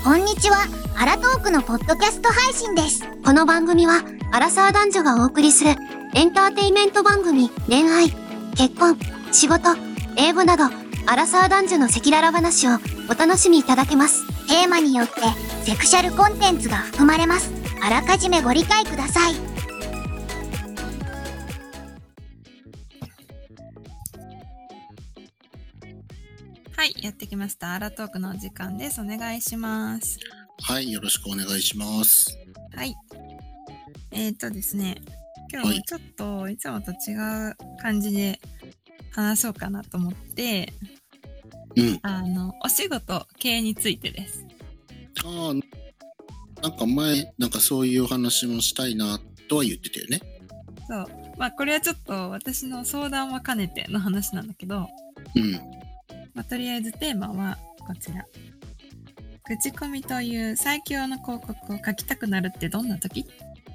こんにちは。アラトークのポッドキャスト配信です。この番組は、アラサー男女がお送りするエンターテインメント番組。恋愛、結婚、仕事、英語など、アラサー男女の赤裸々話をお楽しみいただけます。テーマによってセクシャルコンテンツが含まれます。あらかじめご理解ください。 はい、やってきました。アラトークのお時間です。お願いします。 はい、よろしくお願いします。 はい。ですね、今日はちょっといつもと違う感じで話そうかなと思って、お仕事系についてです。 なんか前、そういう話もしたいなとは言ってたよね。 そう。これはちょっと私の相談も兼ねての話なんだけど、とりあえずテーマはこちら。口コミという最強の広告を書きたくなるってどんな時？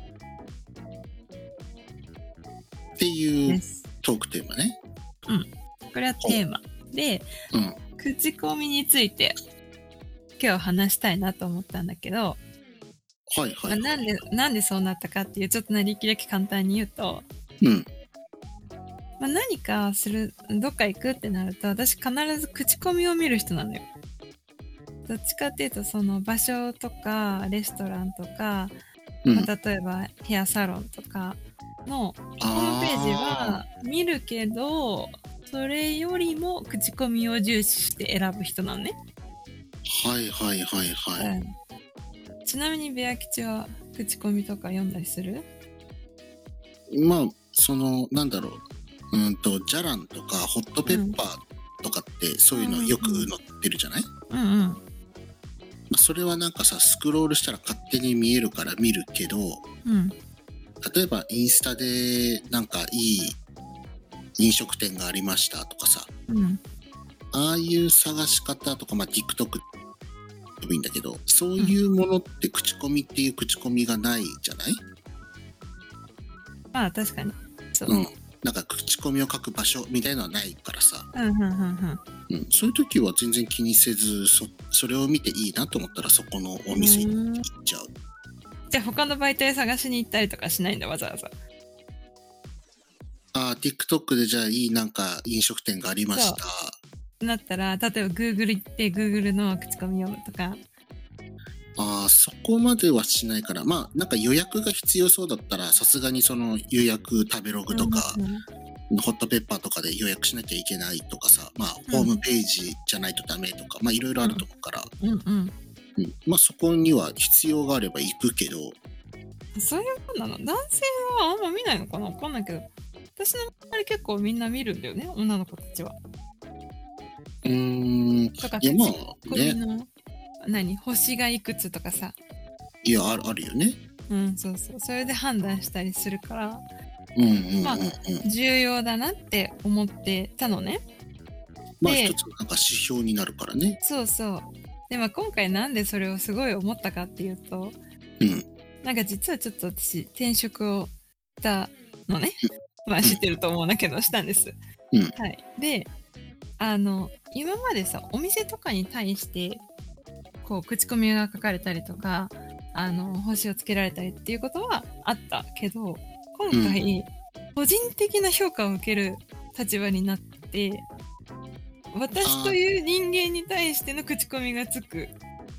っていうトークテーマね。 これはテーマで、口コミについて今日話したいなと思ったんだけど、なんでそうなったかっていうちょっとなりきり簡単に言うと、何かする、どっか行くってなると私必ず口コミを見る人なのよ。どっちかっていうとその場所とかレストランとか、例えばヘアサロンとかのホームページは見るけど、それよりも口コミを重視して選ぶ人なのね。ちなみにベア吉は口コミとか読んだりする？ じゃらんとかホットペッパーとかってそういうのよく載ってるじゃない？それはスクロールしたら勝手に見えるから見るけど、例えばインスタでいい飲食店がありましたとかさ、ああいう探し方とか、TikTok でもいいんだけど、そういうものって口コミっていう口コミがないじゃない？ 確かにそう。 口コミを書く場所みたいのはないからさ、そういう時は全然気にせず、それを見ていいなと思ったらそこのお店に行っちゃう。 じゃあ他の媒体探しに行ったりとかしないんだ、わざわざ。 TikTok でじゃあいい飲食店がありましたなったら、例えば Google 行って Google の口コミ読むとか。 そこまではしないから、予約が必要そうだったらさすがにその予約食べログとか、ホットペッパーとかで予約しなきゃいけないとかさ、ホームページじゃないとダメとか、いろいろあると思うから、そこには必要があれば行くけど。 そういうもんなの？男性はあんま見ないのかな？わかんないけど、私の周り結構みんな見るんだよね、女の子たちは。とか口コミの星がいくつとかさ。 いや、あるよね。 そう。それで判断したりするから、重要だなって思ってたのね。 一つの指標になるからね。 そう。で今回なんでそれをすごい思ったかっていうと、実はちょっと私転職をしたのね。知ってると思うんだけどしたんです。で、今までさ、お店とかに対して口コミが書かれたりとか、星をつけられたりっていうことはあったけど、今回、個人的な評価を受ける立場になって、私という人間に対しての口コミがつく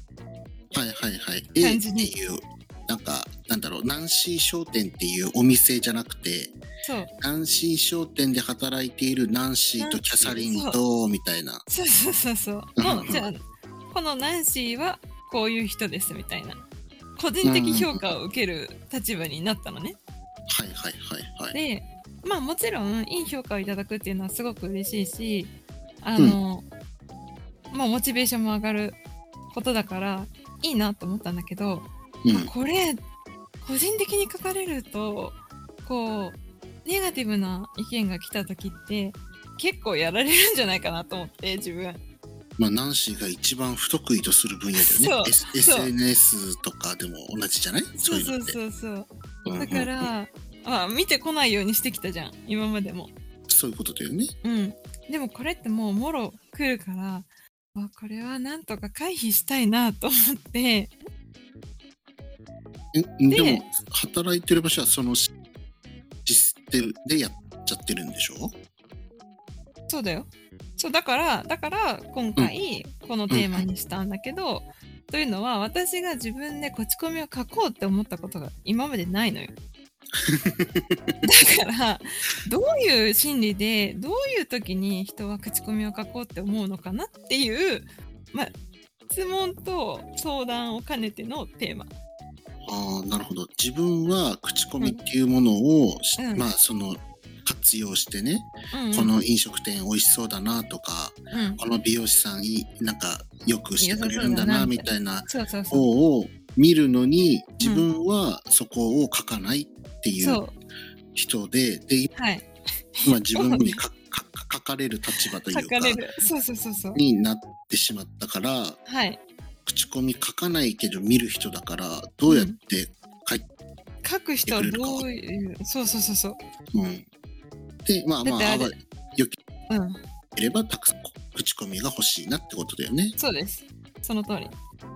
感じに。 ナンシー商店っていうお店じゃなくて、ナンシー商店で働いているナンシーとキャサリンとみたいな。 そう。じゃあこのナンシーはこういう人ですみたいな個人的評価を受ける立場になったのね。で、もちろんいい評価をいただくっていうのはすごく嬉しいし、モチベーションも上がることだからいいなと思ったんだけど、これ個人的に書かれるとネガティブな意見が来た時って結構やられるんじゃないかなと思って、自分。 ナンシーが一番不得意とする分野だよね。SNS とかでも同じじゃない？そう。 だから、見てこないようにしてきたじゃん、今までも。 そういうことだよね。 でもこれってもうもろ来るから、 これはなんとか回避したいなと思って。 でも働いてる場所はそのシステムでやっちゃってるんでしょ？ そうだよ。そうだから今回このテーマにしたんだけど、というのは私が自分で口コミを書こうって思ったことが今までないのよ。だからどういう心理でどういう時に人は口コミを書こうって思うのかなっていう、質問と相談を兼ねてのテーマ。 なるほど。自分は口コミっていうものを、その活用してね、この飲食店美味しそうだなとか、この美容師さんなんかよくしてくれるんだなみたいな方を見るのに、自分はそこを書かないっていう人で、自分に書かれる立場というかになってしまったから、口コミ書かないけど見る人だから、どうやって書く人はどういう、そう。 で、よければたくさん口コミが欲しいなってことだよね。 そうです。その通り。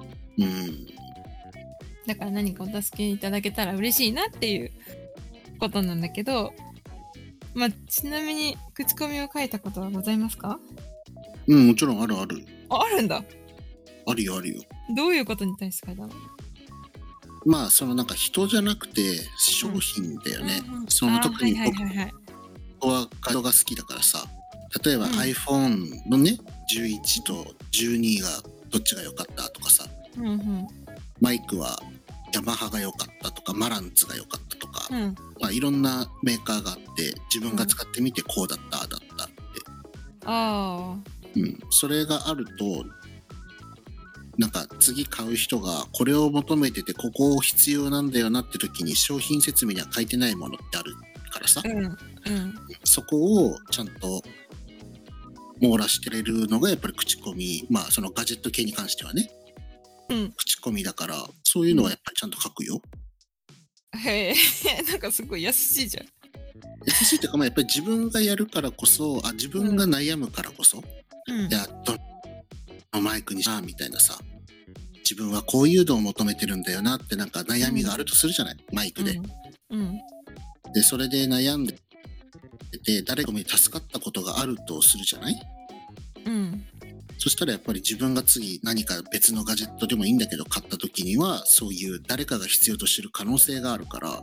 だから何かお助けいただけたら嬉しいなっていうことなんだけど、ちなみに口コミを書いたことはございますか？ もちろんある。 あるんだ。 あるよ。 どういうことに対して書いたの？ そのなんか人じゃなくて商品だよね。その特に僕は画像が好きだからさ、例えば iPhone のね、11と12がどっちが良かったとかさ、マイクはヤマハが良かったとか、マランツが良かったとか、いろんなメーカーがあって、自分が使ってみてこうだっただったって。それがあると、なんか次買う人がこれを求めてて、ここ必要なんだよなって時に商品説明には書いてないものってあるからさ、そこをちゃんと網羅してれるのがやっぱり口コミ、そのガジェット系に関してはね、口コミだから、そういうのはやっぱりちゃんと書くよ。 へえ、なんかすごい優しいじゃん。 優しいというか、やっぱり自分がやるからこそ、自分が悩むからこそ、マイクにしたみたいなさ、自分はこういうのを求めてるんだよなってなんか悩みがあるとするじゃない、マイクで。でそれで悩んでて誰かに助かったことがあるとするじゃない。そしたらやっぱり自分が次何か別のガジェットでもいいんだけど買った時にはそういう誰かが必要としてる可能性があるから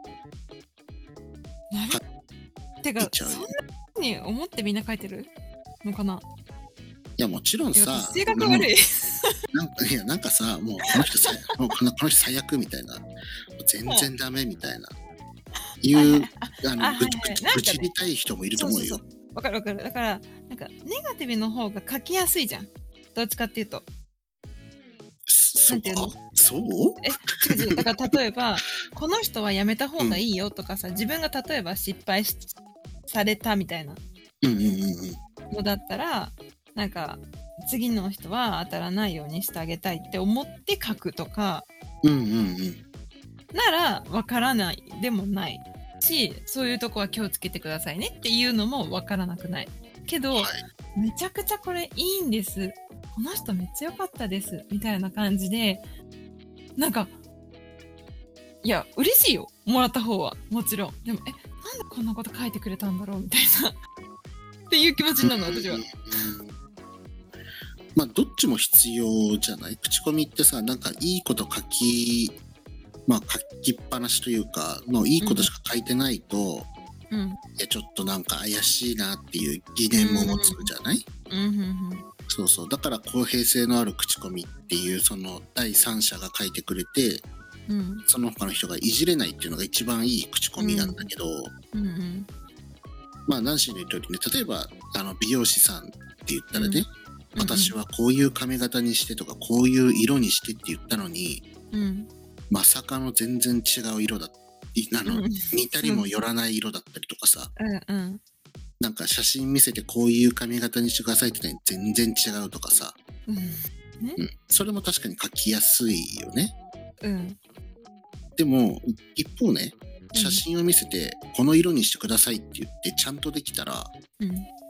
てかそんなふうに思ってみんな書いてるのかな。 いやもちろんさ、 性格悪いなんかさ、もうこの人最悪みたいな、全然ダメみたいないう愚痴りたい人もいると思うよ。 わかる。だからなんかネガティブの方が書きやすいじゃん、どっちかっていうと。 そうだから例えばこの人はやめた方がいいよとかさ、自分が例えば失敗されたみたいなのだったら、なんか次の人は当たらないようにしてあげたいって思って書くとか、ならわからないでもないし、そういうとこは気をつけてくださいねっていうのもわからなくないけど、めちゃくちゃこれいいんです、この人めっちゃ良かったですみたいな感じで、なんかいや嬉しいよ、もらった方はもちろん。でもなんでこんなこと書いてくれたんだろうみたいなっていう気持ちになるの、私は。 どっちも必要じゃない。口コミってさ、なんかいいこと書きっぱなしというか、いいことしか書いてないと、いやちょっとなんか怪しいなっていう疑念も持つじゃない。そうだから公平性のある口コミっていうその第三者が書いてくれて、その他の人がいじれないっていうのが一番いい口コミなんだけど、ナンシーの言ったようにね、例えば美容師さんって言ったらね、私はこういう髪型にしてとかこういう色にしてって言ったのに、まさかの全然違う色だ似たりも寄らない色だったりとかさ、なんか写真見せてこういう髪型にしてくださいって言ったら全然違うとかさ、それも確かに書きやすいよね。でも一方ね、写真を見せてこの色にしてくださいって言ってちゃんとできたら、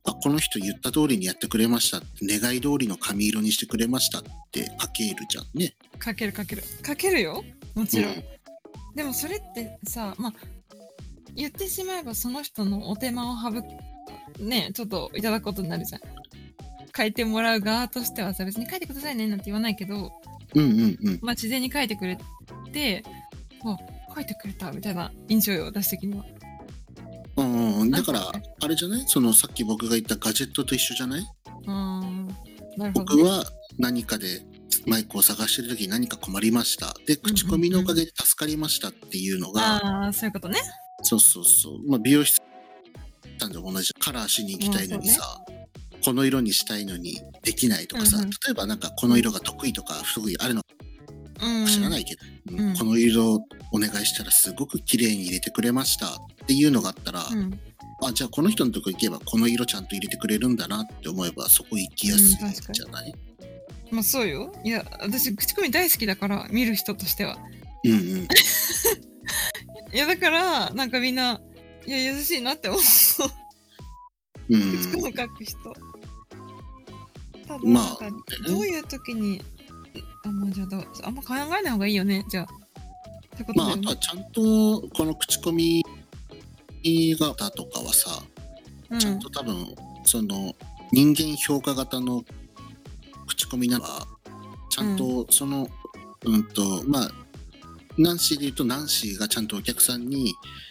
この人言った通りにやってくれました、願い通りの髪色にしてくれましたって書けるじゃんね。 書けるよ、もちろん。でもそれってさ、まあ言ってしまえばその人のお手間をね、ちょっといただくことになるじゃん。書いてもらう側としてはさ、別に書いてくださいねなんて言わないけど、まあ自然に書いてくれて、書いてくれたみたいな印象よ、私的には。 だからあれじゃない、そのさっき僕が言ったガジェットと一緒じゃない？ なるほど、ね、 僕は何かでマイクを探してる時に何か困りましたで、口コミのおかげで助かりましたっていうのが、 そういうことね。 そう、まあ、美容室さんでも同じ、カラーしに行きたいのにさ、この色にしたいのにできないとかさ、例えばなんかこの色が得意とか不得意あるのか知らないけど、この色お願いしたらすごく綺麗に入れてくれましたっていうのがあったら、じゃあこの人のとこ行けばこの色ちゃんと入れてくれるんだなって思えばそこ行きやすいんじゃない？ まあそうよ。いや、私口コミ大好きだから、見る人としては。いやだからなんかみんな優しいなって思う。口コミ書く人。ただなんかどういう時にじゃああんま考えない方がいいよね、じゃあ。ってことだよね。 あとはちゃんとこの口コミ型とかはさ、ちゃんと多分その人間評価型の口コミなのはちゃんとそのまあナンシーで言うとナンシーがちゃんとお客さんに、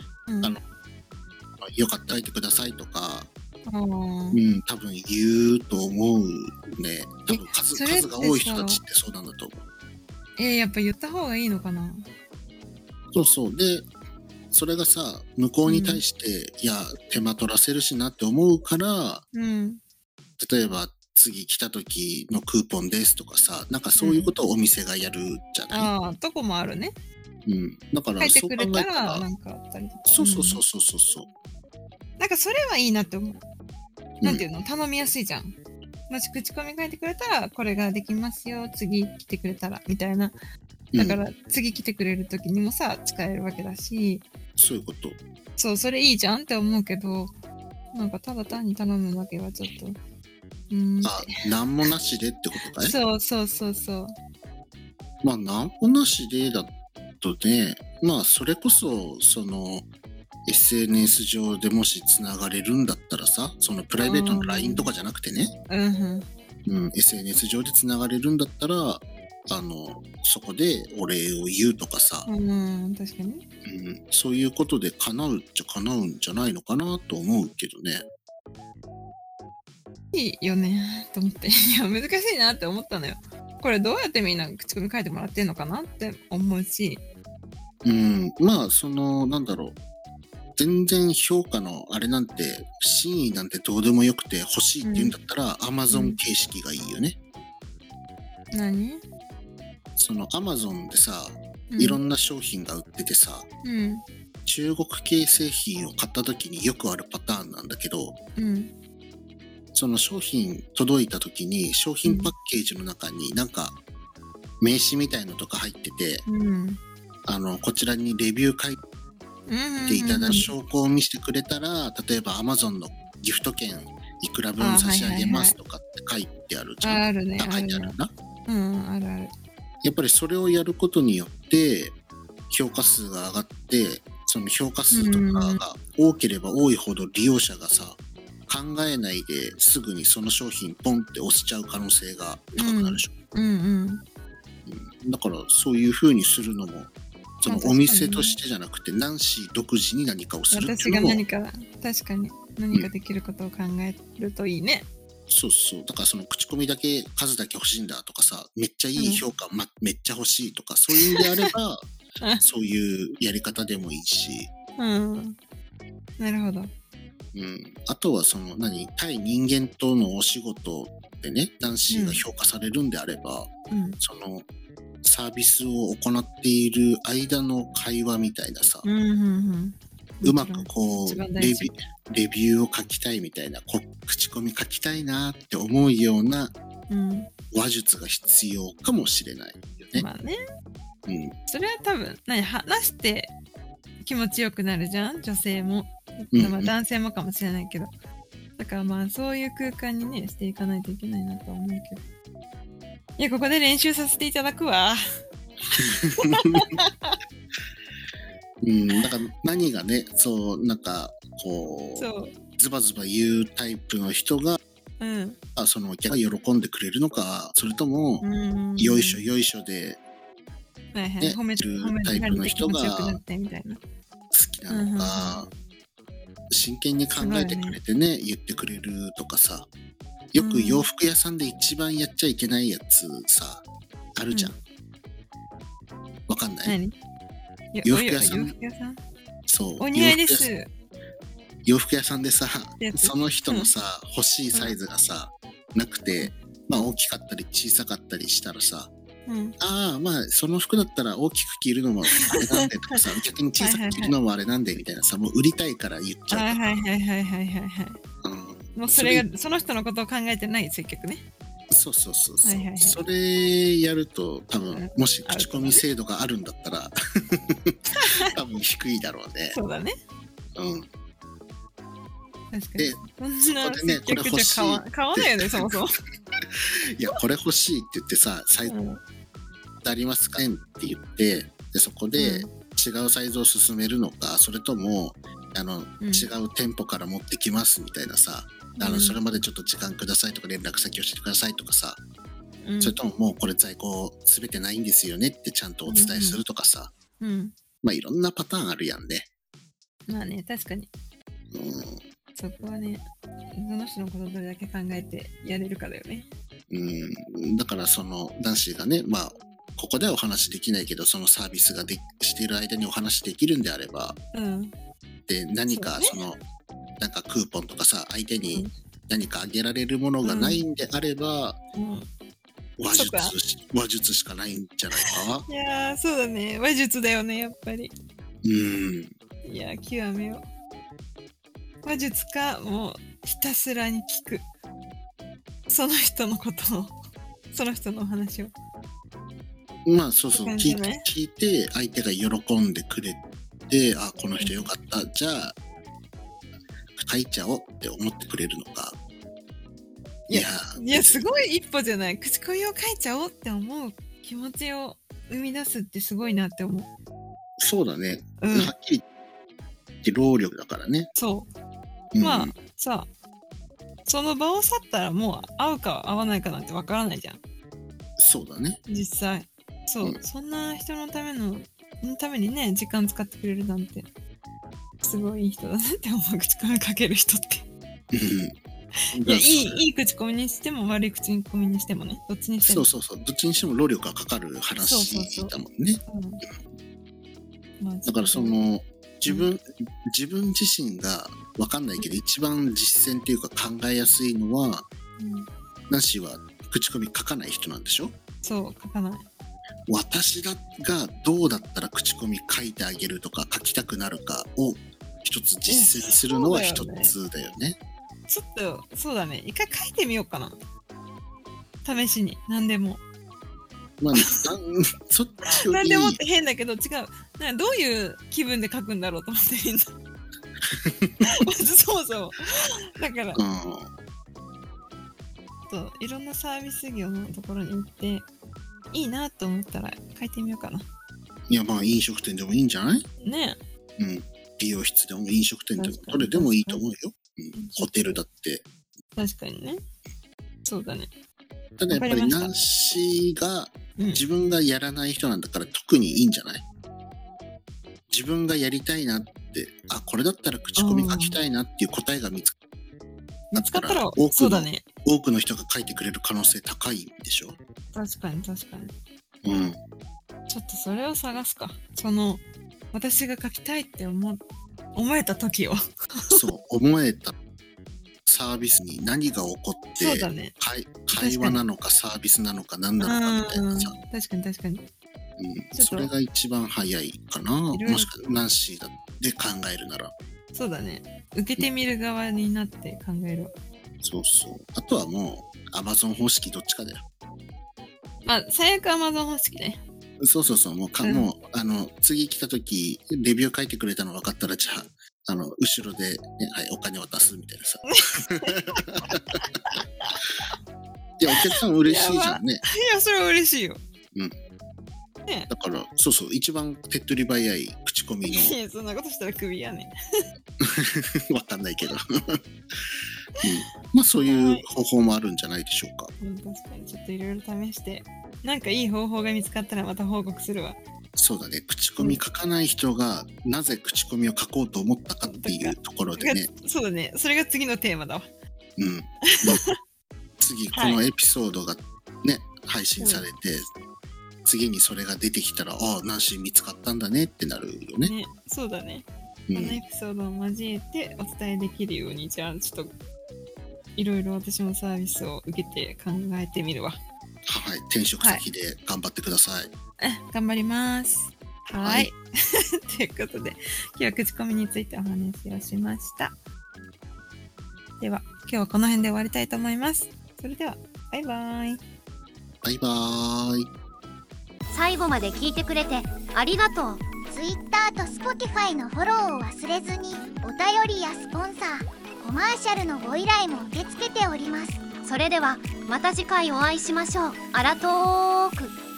よかったら書いてくださいとか、多分言うと思うね。多分数が多い人たちってそうなんだと思う。 やっぱ言った方がいいのかな。 そうで、それがさ向こうに対して、いや手間取らせるしなって思うから、例えば次来た時のクーポンですとかさ、なんかそういうことをお店がやるじゃない。 とこもあるね。 だからそう考えたらなんかあったりとか。 そう。 なんかそれはいいなって思う。なんていうの、頼みやすいじゃん。もし口コミ書いてくれたらこれができますよ、次来てくれたらみたいな。だから次来てくれる時にもさ使えるわけだし。 そういうこと。 そう、それいいじゃんって思うけど、なんかただ単に頼むだけはちょっと。 なんもなしでってことかい？ そう。 まあなんもなしでだとね、まあそれこそその SNS 上でもしつながれるんだったらさ、そのプライベートの LINE とかじゃなくてね、SNS 上でつながれるんだったらそこでお礼を言うとかさ、 確かに、 そういうことで叶うっちゃ叶うんじゃないのかなと思うけどね。 いいよねと思って、いや難しいなって思ったのよ。これどうやってみんな口コミ書いてもらってんのかなって思うし、 まあそのなんだろう、全然評価のあれなんて真意なんてどうでもよくて欲しいって言うんだったら、Amazon 形式がいいよね。 何？ その Amazon でさ、いろんな商品が売っててさ、中国系製品を買った時によくあるパターンなんだけど、その商品届いた時に商品パッケージの中になんか名刺みたいのとか入ってて、こちらにレビュー書いていただく証拠を見せてくれたら、例えば Amazon のギフト券いくら分差し上げますとかって書いてあるじゃん。 あるね。 書いてあるな。 あるある。 やっぱりそれをやることによって評価数が上がって、その評価数とかが多ければ多いほど利用者がさ、考えないですぐにその商品ポンって押しちゃう可能性が高くなるでしょ。だからそういう風にするのも、そのお店としてじゃなくてナンシー独自に何かをするっていうのも、 私が確かに何かできることを考えるといいね。 そうだからその口コミだけ数だけ欲しいんだとかさ、めっちゃいい評価、めっちゃ欲しいとか、そういうのであればそういうやり方でもいいし、 なるほど。 あとはその対人間とのお仕事でね、ナンシーが評価されるんであれば、そのサービスを行っている間の会話みたいなさ、うまくこうレビューを書きたいみたいな、口コミ書きたいなって思うような話術が必要かもしれないよね。 まあね。それは多分話して気持ちよくなるじゃん、女性も。男性もかもしれないけど、 だからまあそういう空間にねしていかないといけないなとは思うけど、いやここで練習させていただくわ。 だから何がね、そうなんかこうズバズバ言うタイプの人が、そのお客が喜んでくれるのか、それともよいしょよいしょで、 褒めてるタイプの人が好きなのか、真剣に考えてくれてね、言ってくれるとかさ、よく洋服屋さんで一番やっちゃいけないやつさ、あるじゃん。わかんない？洋服屋さん？そう。 お似合いです。 洋服屋さんでさ、その人のさ、欲しいサイズがさ、なくて、まあ大きかったり小さかったりしたらさ、ああ、まあその服だったら大きく着るのもあれなんでとかさ、逆に小さく着るのもあれなんでみたいなさ、もう売りたいから言っちゃう。 もうそれがその人のことを考えてない接客ね。 そう。それやると多分、もし口コミ制度があるんだったら多分低いだろうね。 そうだね。確かに。 で、そこでね、これ欲しい。 買わないよね、そもそも。 いや、これ欲しいって言ってさ、サイズありますかねって言って、で、そこで違うサイズを勧めるのか、それとも、違う店舗から持ってきますみたいなさ、それまでちょっと時間くださいとか連絡先教えてくださいとかさ、それとももうこれ在庫全てないんですよねってちゃんとお伝えするとかさ、まあいろんなパターンあるやんね。 まあね、確かに。そこはね、その人のことをどれだけ考えてやれるかだよね。 だからその男子がね、まあここではお話できないけど、そのサービスがしている間にお話できるんであれば、で何かそのなんかクーポンとかさ、相手に何かあげられるものがないんであれば、話術しかないんじゃないか。 いやー、そうだね、話術だよね、やっぱり。いや、極めよう。話術か、もうひたすらに聞く。その人のことを、その人のお話を。 まあそう、聞いて相手が喜んでくれて、あ、この人よかった、じゃあ書いちゃおうって思ってくれるのか。 いやすごい一歩じゃない。口コミを書いちゃおうって思う気持ちを生み出すってすごいなって思う。 そうだね。はっきり言って労力だからね。 そう。まあさ、その場を去ったらもう会うか会わないかなんてわからないじゃん。 そうだね。 実際。そう。そんな人のためにね、時間使ってくれるなんて。すごいいい人だなって思う。口コミかける人って。いや、いい口コミにしても悪い口コミにしてもね、どっちにしても。 そう。どっちにしても労力がかかる話だもんね。だからその自分自身が分かんないけど、一番実践っていうか考えやすいのは、ナンシーは口コミ書かない人なんでしょ？ そう、書かない。 私がどうだったら口コミ書いてあげるとか書きたくなるかを一つ実践するのは一つだよね。 ちょっとそうだね、一回書いてみようかな、試しに。何でも、 まあ、そっちより何でもって変だけど、違う、なんかどういう気分で書くんだろうと思ってみんなまずそうだから、いろんなサービス業のところに行っていいなと思ったら書いてみようかな。 いや、まあ飲食店でもいいんじゃないね。 美容室でも飲食店でもどれでもいいと思うよ。ホテルだって。 確かにね。そうだね。 ただやっぱりナンシーが自分がやらない人なんだから特にいいんじゃない？自分がやりたいなって、あ、これだったら口コミ書きたいなっていう答えが見つかったら、多くの人が書いてくれる可能性高いでしょ。 確かに。ちょっとそれを探すか。その私が書きたいって思えた時をそう思えたサービスに何が起こって、 そうだね、 会話なのかサービスなのか何なのかみたいなさ。 確かに。 それが一番早いかな。もしくはナンシーで考えるなら。 そうだね。受けてみる側になって考える。 そう。あとはもう Amazon 方式どっちかだよ。 まあ最悪 Amazon 方式ね。 そう。もう次来た時レビュー書いてくれたの分かったら、じゃあ後ろで、ね、はい、お金渡すみたいなさ。いや、お客さん嬉しいじゃんね。 いや、それは嬉しいよ。 うん。ね、だから、そうそう、一番手っ取り早い口コミの。 いや、そんなことしたらクビやねわかんないけど。まあ、そういう方法もあるんじゃないでしょうか。 確かに、ちょっといろいろ試して、なんかいい方法が見つかったらまた報告するわ。 そうだね、口コミ書かない人がなぜ口コミを書こうと思ったかっていうところでね。 そうだね、それが次のテーマだわ。 うん。次、このエピソードがね、配信されて、次にそれが出てきたら、ああ、ナンシー見つかったんだねってなるよね。 ね、そうだね。このエピソードを交えてお伝えできるように、じゃあちょっといろいろ私もサービスを受けて考えてみるわ。 はい、転職先で頑張ってください。 頑張ります。はい。ということで、今日は口コミについてお話をしました。では、今日はこの辺で終わりたいと思います。それでは、バイバイ。 バイバーイ。 最後まで聞いてくれてありがとう。Twitter と Spotify のフォローを忘れずに、お便りやスポンサー、コマーシャルのご依頼も受け付けております。それではまた次回お会いしましょう。アラトーク。